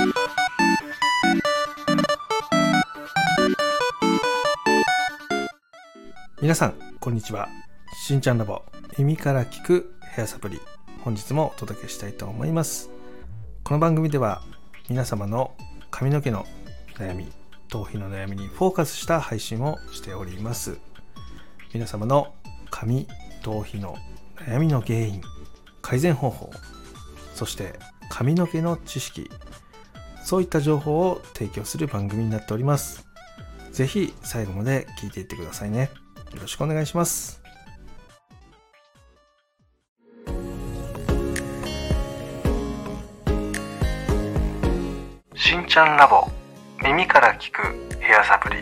皆さんこんにちは。しんちゃんラボ耳から聞くヘアサプリ、本日もお届けしたいと思います。この番組では皆様の髪の毛の悩み、頭皮の悩みにフォーカスした配信をしております。皆様の髪、頭皮の悩みの原因、改善方法、そして髪の毛の知識、そういった情報を提供する番組になっております。ぜひ最後まで聞いていってくださいね。よろしくお願いします。しんちゃんラボ耳から聞くヘアサプリ。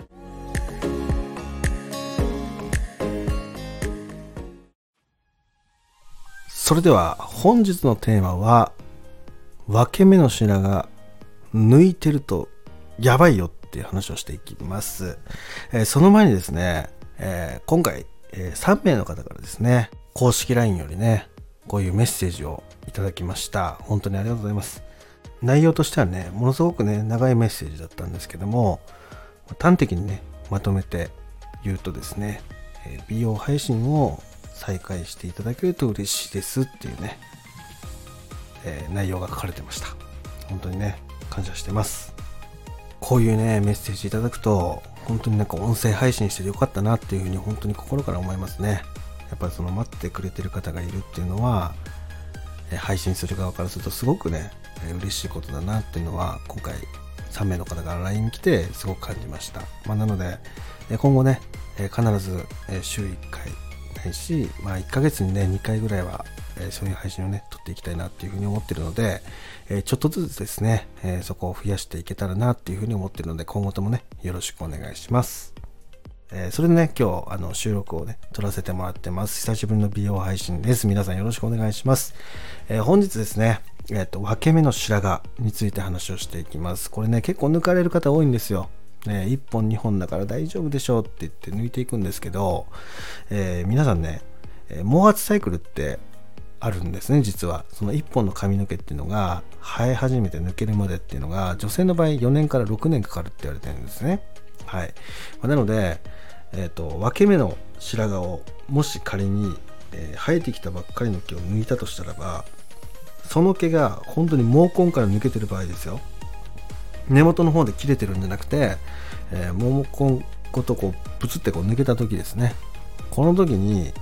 それでは本日のテーマは、分け目の白髪抜いてるとやばいよっていう話をしていきます。その前にですね、今回、3名の方からですね、公式 LINE よりね、こういうメッセージをいただきました。本当にありがとうございます。内容としてはね、ものすごくね、長いメッセージだったんですけども、端的にね、まとめて言うとですね、美容配信を再開していただけると嬉しいですっていうね、内容が書かれてました。本当にね、感謝してます。こういうね、メッセージいただくと、本当になんか音声配信しててよかったなっていうふうに本当に心から思いますね。やっぱりその待ってくれてる方がいるっていうのは、配信する側からするとすごくね、嬉しいことだなっていうのは、今回3名の方から LINE 来てすごく感じました。なので、今後ね、必ず週1回ないし、1ヶ月にね、2回ぐらいはそういう配信をね、撮っていきたいなっていうふうに思ってるので、ちょっとずつですね、そこを増やしていけたらなっていうふうに思ってるので、今後ともね、よろしくお願いします。それでね、今日収録をね、撮らせてもらってます。久しぶりの美容配信です。皆さんよろしくお願いします。本日ですね、分け目の白髪について話をしていきます。これね、結構抜かれる方多いんですよ。1本2本だから大丈夫でしょうって言って抜いていくんですけど、皆さんね、毛髪サイクルってあるんですね。実はその1本の髪の毛っていうのが生え始めて抜けるまでっていうのが、女性の場合4年から6年かかるって言われてるんですね。はい。なので、分け目の白髪をもし仮に、生えてきたばっかりの毛を抜いたとしたらば、その毛が本当に毛根から抜けてる場合ですよ。根元の方で切れてるんじゃなくて、毛根ごとこうブツってこう抜けた時ですね。この時に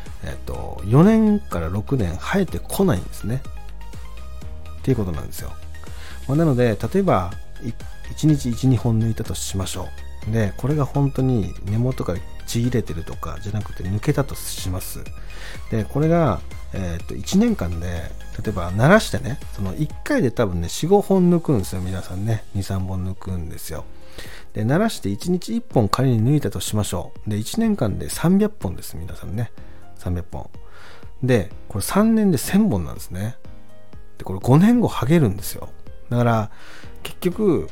4年から6年生えてこないんですねっていうことなんですよ。なので、例えば1日 1,2 本抜いたとしましょう。で、これが本当に根元からちぎれてるとかじゃなくて抜けたとします。で、これが、1年間で例えば慣らしてね、その1回で多分ね 4,5 本抜くんですよ。皆さんね 2,3 本抜くんですよ。で、慣らして1日1本仮に抜いたとしましょう。で、1年間で300本です。皆さんね、300本で、これ3年で1000本なんですね。で、これ5年後剥げるんですよ。だから結局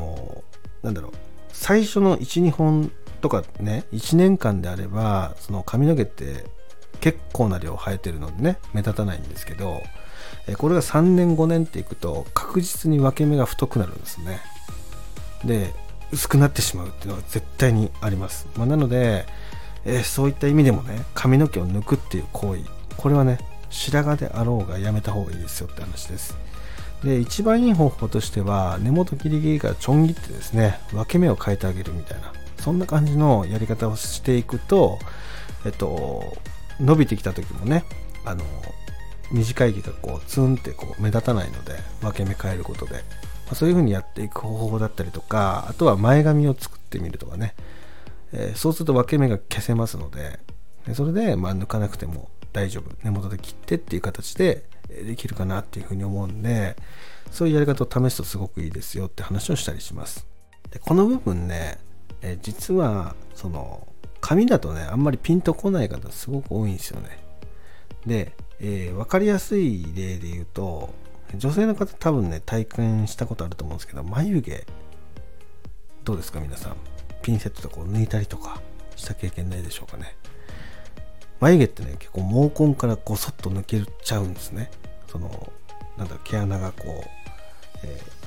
最初の 1,2 本とかね、1年間であればその髪の毛って結構な量生えてるのでね、目立たないんですけど、これが3年5年っていくと確実に分け目が太くなるんですね。で、薄くなってしまうっていうのは絶対にあります。なので、そういった意味でもね、髪の毛を抜くっていう行為、これはね、白髪であろうがやめた方がいいですよって話です。で、一番いい方法としては、根元ギリギリからちょん切ってですね、分け目を変えてあげるみたいな、そんな感じのやり方をしていくと、伸びてきた時もね、短い毛がこうツンってこう目立たないので、分け目変えることで、そういう風にやっていく方法だったりとか、あとは前髪を作ってみるとかね、そうすると分け目が消せますので、それで抜かなくても大丈夫、根元で切ってっていう形でできるかなっていうふうに思うんで、そういうやり方を試すとすごくいいですよって話をしたりします。で、この部分ね、実はその髪だとね、あんまりピンとこない方すごく多いんですよね。で、分かりやすい例で言うと、女性の方多分ね、体験したことあると思うんですけど、眉毛どうですか皆さん。ピンセットとこう抜いたりとかした経験ないでしょうかね。眉毛ってね、結構毛根からこそっと抜けちゃうんですね。その毛穴がこう、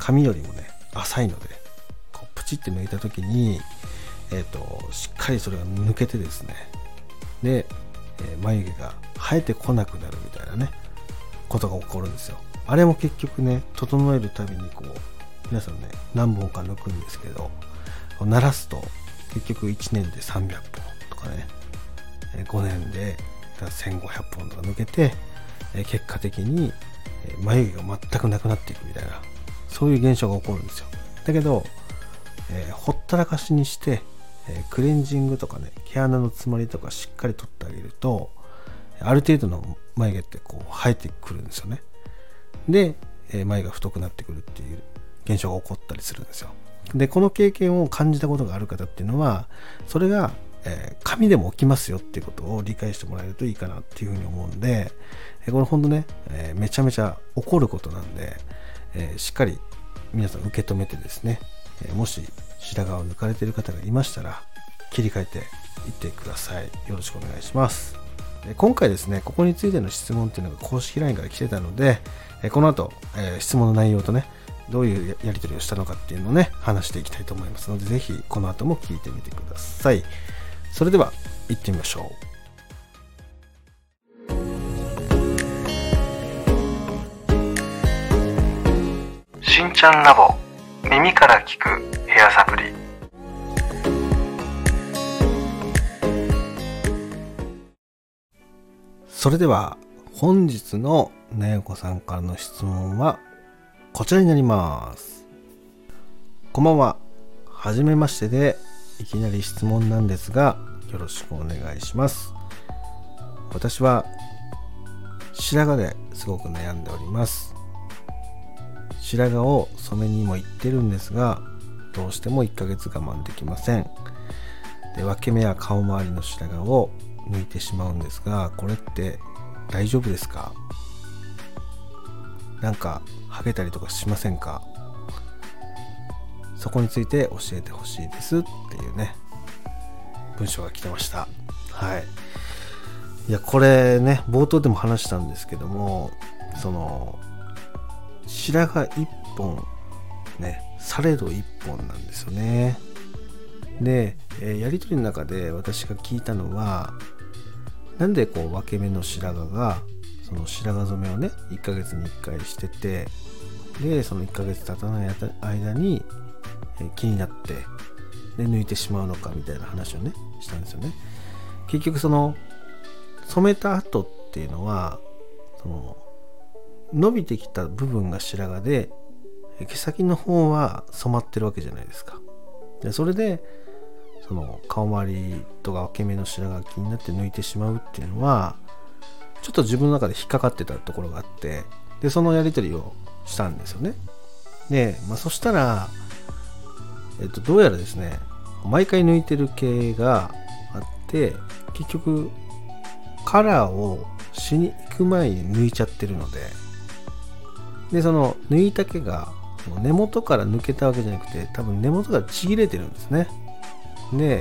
髪よりもね浅いので、こうプチって抜いた時に、しっかりそれが抜けてですね、で、眉毛が生えてこなくなるみたいなねことが起こるんですよ。あれも結局ね、整えるたびにこう皆さんね何本か抜くんですけど、鳴らすと結局1年で300本とかね、5年で1500本とか抜けて、結果的に眉毛が全くなくなっていくみたいな、そういう現象が起こるんですよ。だけど、ほったらかしにして、クレンジングとかね、毛穴の詰まりとかしっかり取ってあげると、ある程度の眉毛ってこう生えてくるんですよね。で、眉が太くなってくるっていう現象が起こったりするんですよ。で、この経験を感じたことがある方っていうのは、それが、髪でも起きますよっていうことを理解してもらえるといいかなっていうふうに思うんで、これほんとね、めちゃめちゃ起こることなんで、しっかり皆さん受け止めてですね、もし白髪を抜かれている方がいましたら切り替えていってください。よろしくお願いします。今回ですね、ここについての質問っていうのが公式 LINE から来てたので、この後、質問の内容とね、どういうやり取りをしたのかっていうのをね、話していきたいと思いますので、ぜひこの後も聞いてみてください。それでは行ってみましょう。しんちゃんラボ、耳から聞くヘアサプリ。それでは本日のねよこさんからの質問はこちらになります。こんばんは。はじめましてでいきなり質問なんですが、よろしくお願いします。私は白髪ですごく悩んでおります。白髪を染めにも行ってるんですが、どうしても1ヶ月我慢できません。で、分け目や顔周りの白髪を抜いてしまうんですが、これって大丈夫ですか？なんかハゲたりとかしませんか？そこについて教えてほしいですっていうね文章が来てました。はい。いや、これね、冒頭でも話したんですけども、その白髪一本ね、されど一本なんですよね。で、やり取りの中で私が聞いたのは、なんでこう分け目の白髪がその白髪染めをね1ヶ月に1回してて、でその1ヶ月経たない間に気になってで抜いてしまうのかみたいな話をねしたんですよね。結局その染めた後っていうのは、その伸びてきた部分が白髪で毛先の方は染まってるわけじゃないですか。でそれでその顔周りとか分け目の白髪が気になって抜いてしまうっていうのはちょっと自分の中で引っかかってたところがあって、でそのやり取りをしたんですよね。で、そしたらどうやらですね、毎回抜いてる毛があって、結局カラーをしに行く前に抜いちゃってるので、でその抜いた毛が根元から抜けたわけじゃなくて、多分根元がちぎれてるんですね。で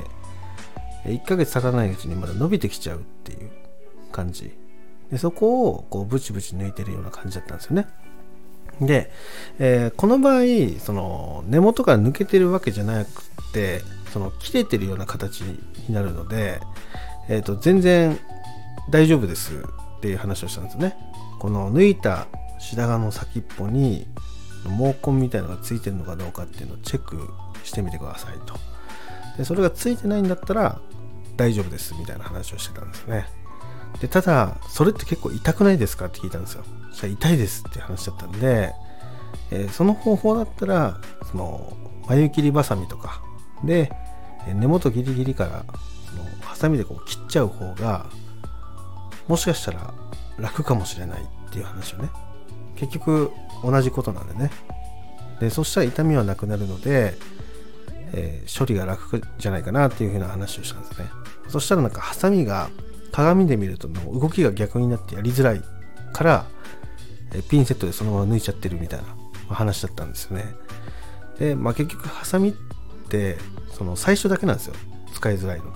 1ヶ月経たないうちにまだ伸びてきちゃうっていう感じで、そこをこうブチブチ抜いてるような感じだったんですよね。で、この場合その根元から抜けてるわけじゃなくて、その切れてるような形になるので、全然大丈夫ですっていう話をしたんですよね。この抜いた白髪の先っぽに毛根みたいなのがついてるのかどうかっていうのをチェックしてみてくださいと。でそれがついてないんだったら大丈夫ですみたいな話をしてたんですね。でただそれって結構痛くないですかって聞いたんですよ。そしたら痛いですっていう話だったんで、その方法だったらその眉切りバサミとかで根元ギリギリからそのハサミでこう切っちゃう方がもしかしたら楽かもしれないっていう話をね、結局同じことなんでね。でそしたら痛みはなくなるので、処理が楽じゃないかなっていう風な話をしたんですね。そしたらなんかハサミが鏡で見ると動きが逆になってやりづらいから、ピンセットでそのまま抜いちゃってるみたいな話だったんですよね。で、結局ハサミってその最初だけなんですよ、使いづらいのって。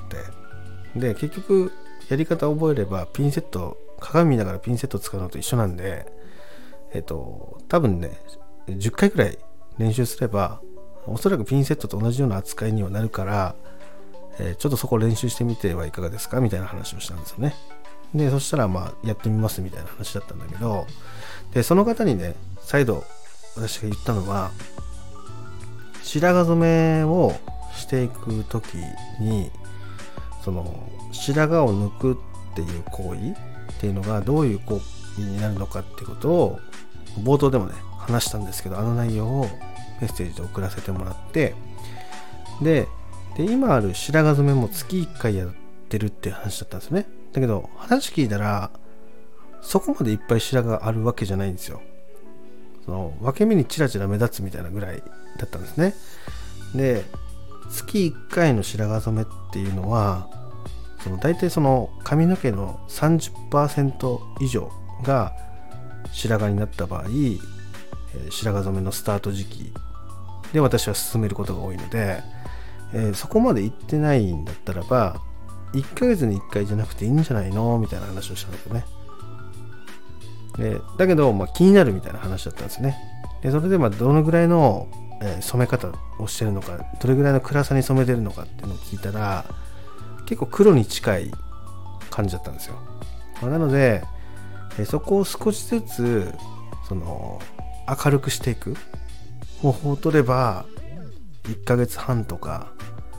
で結局やり方を覚えればピンセット、鏡見ながらピンセット使うのと一緒なんで、多分ね10回くらい練習すればおそらくピンセットと同じような扱いにはなるから、ちょっとそこを練習してみてはいかがですかみたいな話をしたんですよね。でそしたらやってみますみたいな話だったんだけど、でその方にね再度私が言ったのは、白髪染めをしていく時にその白髪を抜くっていう行為っていうのがどういう行為になるのかっていうことを冒頭でもね話したんですけど、あの内容をメッセージで送らせてもらって、で今ある白髪染めも月1回やってるっていう話だったんですね。だけど話聞いたらそこまでいっぱい白髪があるわけじゃないんですよ。その分け目にチラチラ目立つみたいなぐらいだったんですね。で月1回の白髪染めっていうのは大体その髪の毛の 30% 以上が白髪になった場合、白髪染めのスタート時期で私は進めることが多いので、そこまで行ってないんだったらば1ヶ月に1回じゃなくていいんじゃないのみたいな話をしたんですよね。だけど、気になるみたいな話だったんですね。でそれでどのぐらいの、染め方をしてるのか、どれぐらいの暗さに染めてるのかっていうのを聞いたら結構黒に近い感じだったんですよ。なので、そこを少しずつ明るくしていく方法を取れば1ヶ月半とか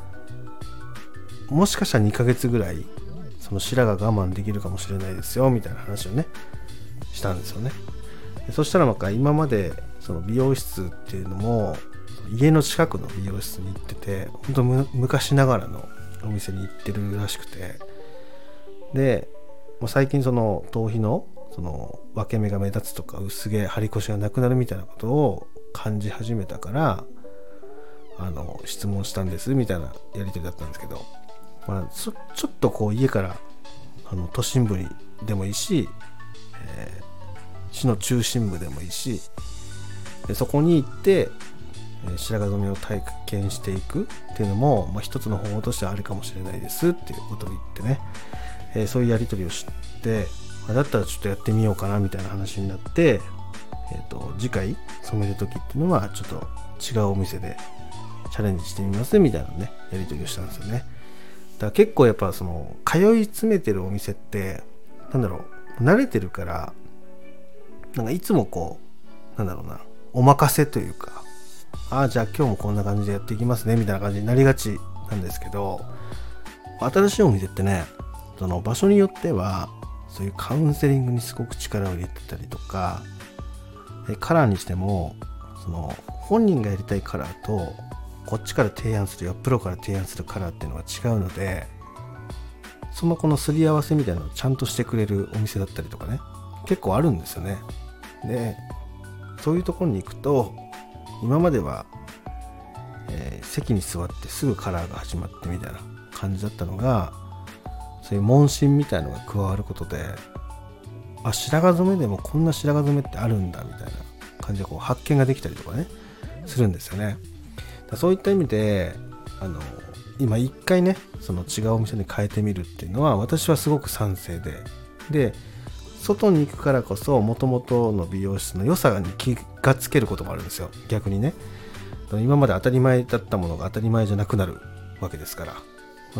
もしかしたら2ヶ月ぐらいその白髪我慢できるかもしれないですよみたいな話をねしたんですよね。そしたら今までその美容室っていうのも家の近くの美容室に行ってて、本当昔ながらのお店に行ってるらしくて、で最近その頭皮の分け目が目立つとか薄毛張り腰がなくなるみたいなことを感じ始めたから質問したんですみたいなやり取りだったんですけど、ちょっと家から都心部にでもいいし、市の中心部でもいいし、でそこに行って白髪染めを体験していくっていうのも、一つの方法としてはあるかもしれないですっていうことを言ってね、そういうやり取りをしてだったらちょっとやってみようかなみたいな話になって、次回染める時っていうのはちょっと違うお店でチャレンジしてみますみたいなねやり取りをしたんですよね。だから結構やっぱ通い詰めてるお店って慣れてるからいつもお任せというか、じゃあ今日もこんな感じでやっていきますねみたいな感じになりがちなんですけど、新しいお店ってね場所によってはそういうカウンセリングにすごく力を入れてたりとか、カラーにしても本人がやりたいカラーとこっちから提案するプロから提案するカラーっていうのは違うので、このすり合わせみたいなのをちゃんとしてくれるお店だったりとかね結構あるんですよね。でそういうところに行くと今までは、席に座ってすぐカラーが始まってみたいな感じだったのが、そういう問診みたいなのが加わることで、白髪染めでもこんな白髪染めってあるんだみたいな感じで発見ができたりとかねするんですよね。そういった意味で今一回ね違うお店に変えてみるっていうのは私はすごく賛成で、外に行くからこそ元々の美容室の良さに気がつけることもあるんですよ。逆にね今まで当たり前だったものが当たり前じゃなくなるわけですから、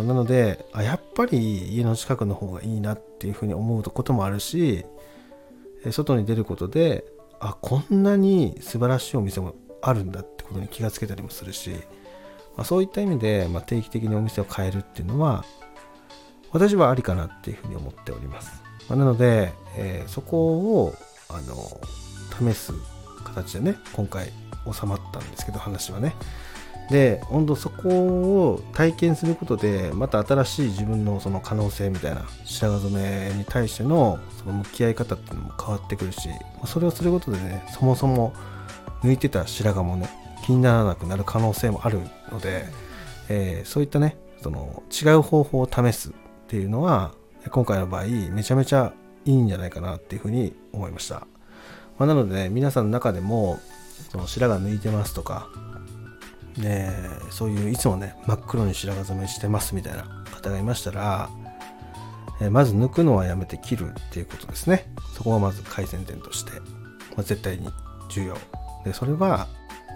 なのでやっぱり家の近くの方がいいなっていうふうに思うこともあるし、外に出ることでこんなに素晴らしいお店もあるんだってことに気がつけたりもするし、そういった意味で、定期的にお店を変えるっていうのは私はありかなっていうふうに思っております。なので、そこを試す形でね今回収まったんですけど話はね。で本当そこを体験することでまた新しい自分の可能性みたいな白髪染めに対しての向き合い方っていうのも変わってくるし、それをすることでねそもそも抜いてた白髪もね気にならなくなる可能性もあるので、そういったね違う方法を試すっていうのは今回の場合めちゃめちゃいいんじゃないかなっていうふうに思いました。なのでね皆さんの中でも白髪抜いてますとか、そういういつもね真っ黒に白髪染めしてますみたいな方がいましたら、まず抜くのはやめて切るっていうことですね。そこがまず改善点として、絶対に重要で、それは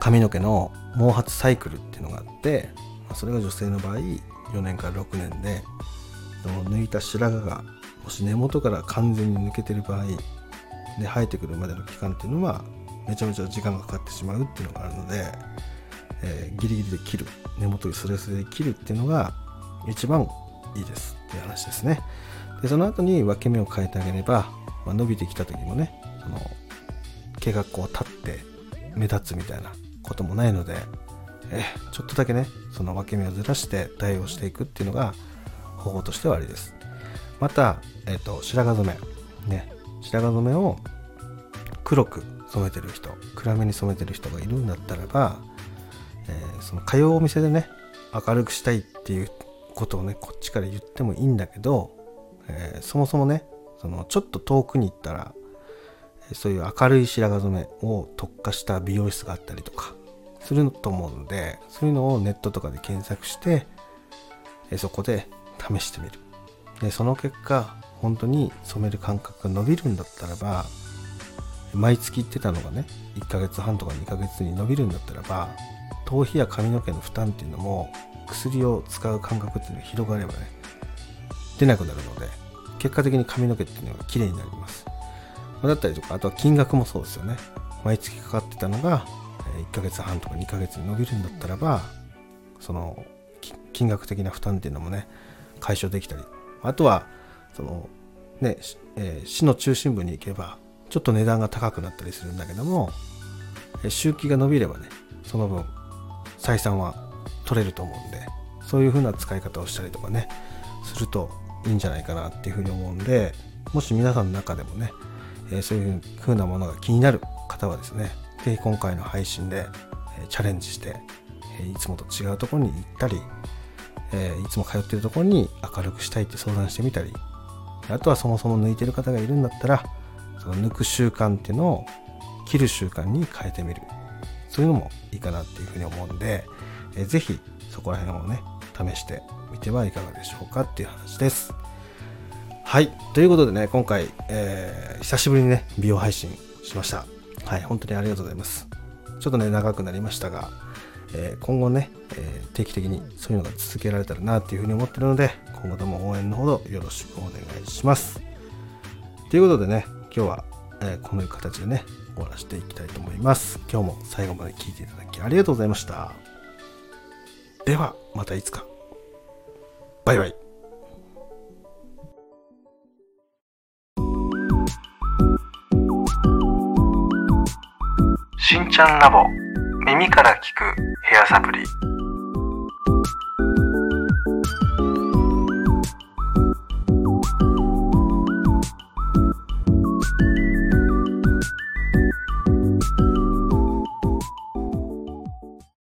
髪の毛の毛髪サイクルっていうのがあって、それが女性の場合4年から6年で、抜いた白髪がもし根元から完全に抜けてる場合で生えてくるまでの期間っていうのはめちゃめちゃ時間がかかってしまうっていうのがあるので、ギリギリで切る、根元にスレスレで切るっていうのが一番いいですっていう話ですね。でその後に分け目を変えてあげれば、伸びてきた時もね、毛がこう立って目立つみたいなこともないので、ちょっとだけねその分け目をずらして対応していくっていうのが方法としてはありです。また、白髪染めね、白髪染めを黒く染めてる人、暗めに染めてる人がいるんだったらば、その通うお店でね明るくしたいっていうことをねこっちから言ってもいいんだけど、そもそもねちょっと遠くに行ったらそういう明るい白髪染めを特化した美容室があったりとかすると思うので、そういうのをネットとかで検索してそこで試してみる。でその結果本当に染める間隔が伸びるんだったらば、毎月行ってたのがね1ヶ月半とか2ヶ月に伸びるんだったらば、頭皮や髪の毛の負担っていうのも薬を使う間隔っていうのが広がればね出なくなるので、結果的に髪の毛っていうのが綺麗になります。だったりとか、あとは金額もそうですよね。毎月かかってたのが1ヶ月半とか2ヶ月に伸びるんだったらば、その金額的な負担っていうのもね解消できたり、あとは市の中心部に行けばちょっと値段が高くなったりするんだけども、周期が伸びればねその分採算は取れると思うんで、そういう風な使い方をしたりとかねするといいんじゃないかなっていう風に思うんで、もし皆さんの中でもね、そういう風なものが気になる方はですね、ぜひ今回の配信で、チャレンジして、いつもと違うところに行ったり、いつも通っているところに明るくしたいって相談してみたり、あとはそもそも抜いてる方がいるんだったらその抜く習慣っていうのを切る習慣に変えてみる、そういうのもいいかなっていうふうに思うんで、ぜひそこら辺をね試してみてはいかがでしょうかっていう話です。はい、ということでね今回、久しぶりにね美容配信しました。はい、本当にありがとうございます。ちょっとね長くなりましたが、今後ね、定期的にそういうのが続けられたらなっていうふうに思ってるので、今後とも応援のほどよろしくお願いします。ということでね今日は、このいう形でね終わらせていきたいと思います。今日も最後まで聞いていただきありがとうございました。ではまたいつか。バイバイ。 しんちゃんラボ、耳から聞くヘアサプリ。